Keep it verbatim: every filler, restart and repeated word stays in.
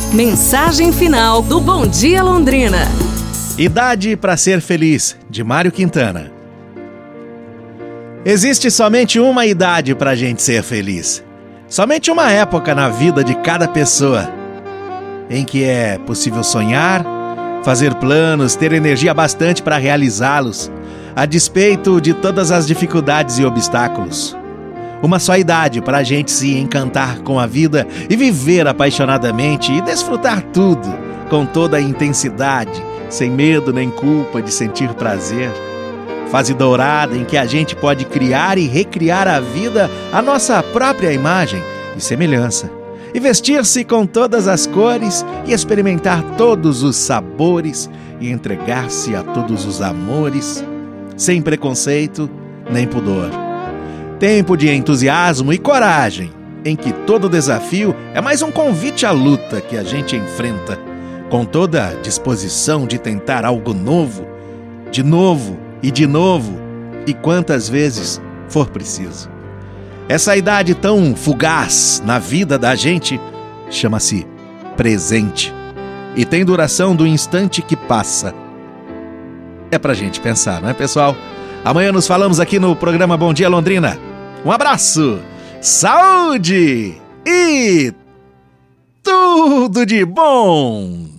Mensagem final do Bom Dia Londrina. Idade para ser feliz, de Mário Quintana. Existe somente uma idade para a gente ser feliz. Somente uma época na vida de cada pessoa em que é possível sonhar, fazer planos, ter energia bastante para realizá-los, a despeito de todas as dificuldades e obstáculos. Uma só idade para a gente se encantar com a vida e viver apaixonadamente e desfrutar tudo com toda a intensidade, sem medo nem culpa de sentir prazer. Fase dourada em que a gente pode criar e recriar a vida à nossa própria imagem e semelhança, e vestir-se com todas as cores e experimentar todos os sabores e entregar-se a todos os amores, sem preconceito nem pudor. Tempo de entusiasmo e coragem, em que todo desafio é mais um convite à luta que a gente enfrenta, com toda a disposição de tentar algo novo, de novo e de novo, e quantas vezes for preciso. Essa idade tão fugaz na vida da gente chama-se presente e tem duração do instante que passa. É pra gente pensar, não é, pessoal? Amanhã nos falamos aqui no programa Bom Dia Londrina. Um abraço, saúde e tudo de bom!